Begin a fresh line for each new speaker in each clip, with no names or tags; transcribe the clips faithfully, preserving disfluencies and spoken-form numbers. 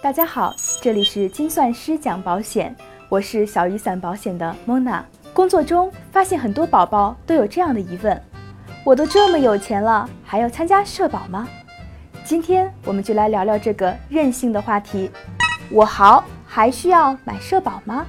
大家好，这里是精算师讲保险，我是小雨伞保险的 Mona。工作中发现很多宝宝都有这样的疑问：我都这么有钱了，还要参加社保吗？今天我们就来聊聊这个任性的话题。我豪还需要买社保吗？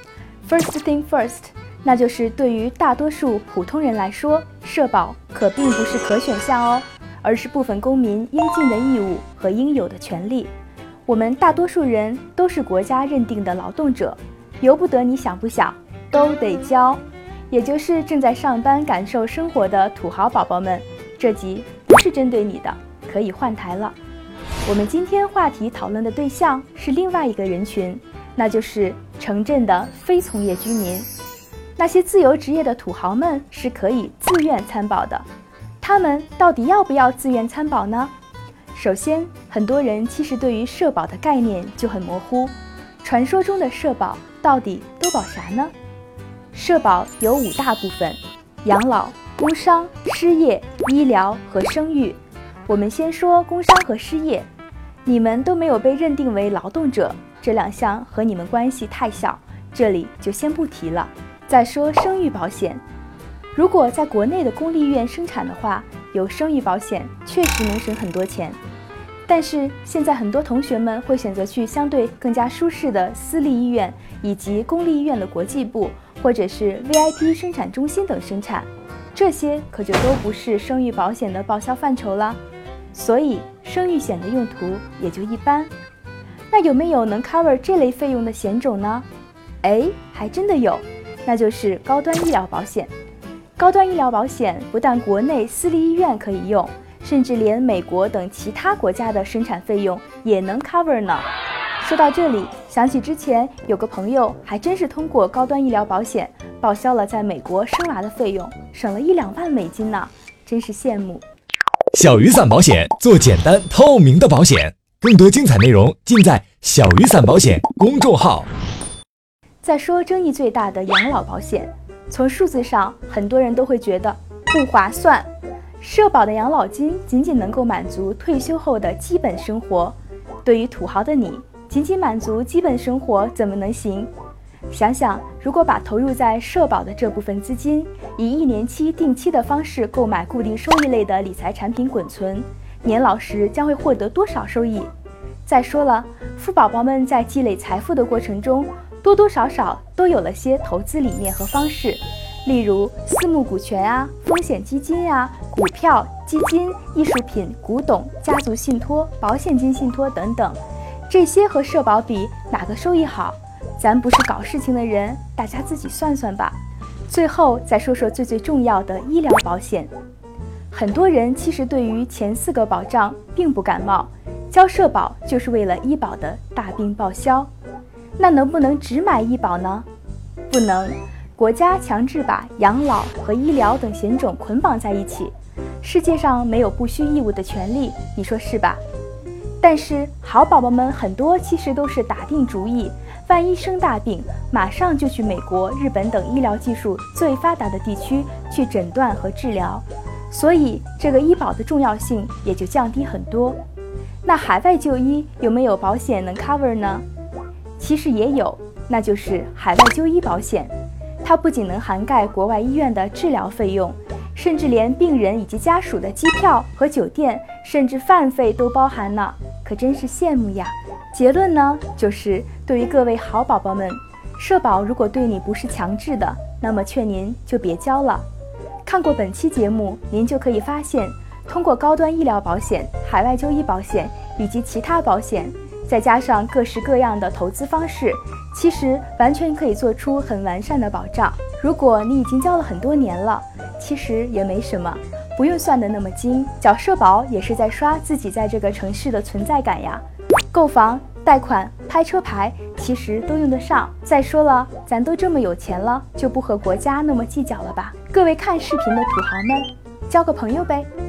First thing first， 那就是对于大多数普通人来说，社保可并不是可选项哦，而是部分公民应尽的义务和应有的权利。我们大多数人都是国家认定的劳动者，由不得你想不想，都得交。也就是正在上班感受生活的土豪宝宝们，这集不是针对你的，可以换台了。我们今天话题讨论的对象是另外一个人群，那就是城镇的非从业居民。那些自由职业的土豪们是可以自愿参保的，他们到底要不要自愿参保呢？首先，很多人其实对于社保的概念就很模糊。传说中的社保到底都保啥呢？社保有五大部分：养老、工伤、失业、医疗和生育。我们先说工伤和失业，你们都没有被认定为劳动者，这两项和你们关系太小，这里就先不提了。再说生育保险，如果在国内的公立医院生产的话，有生育保险确实能省很多钱。但是现在很多同学们会选择去相对更加舒适的私立医院，以及公立医院的国际部，或者是 V I P 生产中心等生产，这些可就都不是生育保险的报销范畴了，所以生育险的用途也就一般。那有没有能 cover 这类费用的险种呢？哎，还真的有，那就是高端医疗保险。高端医疗保险不但国内私立医院可以用，甚至连美国等其他国家的生产费用也能 cover 呢。说到这里，想起之前有个朋友还真是通过高端医疗保险报销了在美国生娃的费用，省了一两万美金呢，真是羡慕。
小雨伞保险，做简单透明的保险，更多精彩内容尽在小雨伞保险公众号。
再说争议最大的养老保险，从数字上很多人都会觉得不划算。社保的养老金仅仅能够满足退休后的基本生活，对于土豪的你，仅仅满足基本生活怎么能行？想想，如果把投入在社保的这部分资金，以一年期定期的方式购买固定收益类的理财产品滚存，年老时将会获得多少收益？再说了，富宝宝们在积累财富的过程中，多多少少都有了些投资理念和方式，例如私募股权啊、风险基金啊、股票、基金、艺术品、古董、家族信托、保险金信托等等。这些和社保比，哪个收益好？咱不是搞事情的人，大家自己算算吧。最后再说说最最重要的医疗保险。很多人其实对于前四个保障并不感冒，交社保就是为了医保的大病报销。那能不能只买医保呢？不能，国家强制把养老和医疗等险种捆绑在一起，世界上没有不需义务的权利，你说是吧？但是好宝宝们很多其实都是打定主意，万一生大病，马上就去美国、日本等医疗技术最发达的地区去诊断和治疗，所以这个医保的重要性也就降低很多。那海外就医有没有保险能 cover 呢？其实也有，那就是海外就医保险。它不仅能涵盖国外医院的治疗费用，甚至连病人以及家属的机票和酒店，甚至饭费都包含呢，可真是羡慕呀。结论呢，就是对于各位好宝宝们，社保如果对你不是强制的，那么劝您就别交了。看过本期节目，您就可以发现，通过高端医疗保险、海外就医保险以及其他保险，再加上各式各样的投资方式，其实完全可以做出很完善的保障。如果你已经交了很多年了，其实也没什么，不用算得那么精，缴社保也是在刷自己在这个城市的存在感呀。购房、贷款、拍车牌，其实都用得上。再说了，咱都这么有钱了，就不和国家那么计较了吧？各位看视频的土豪们，交个朋友呗。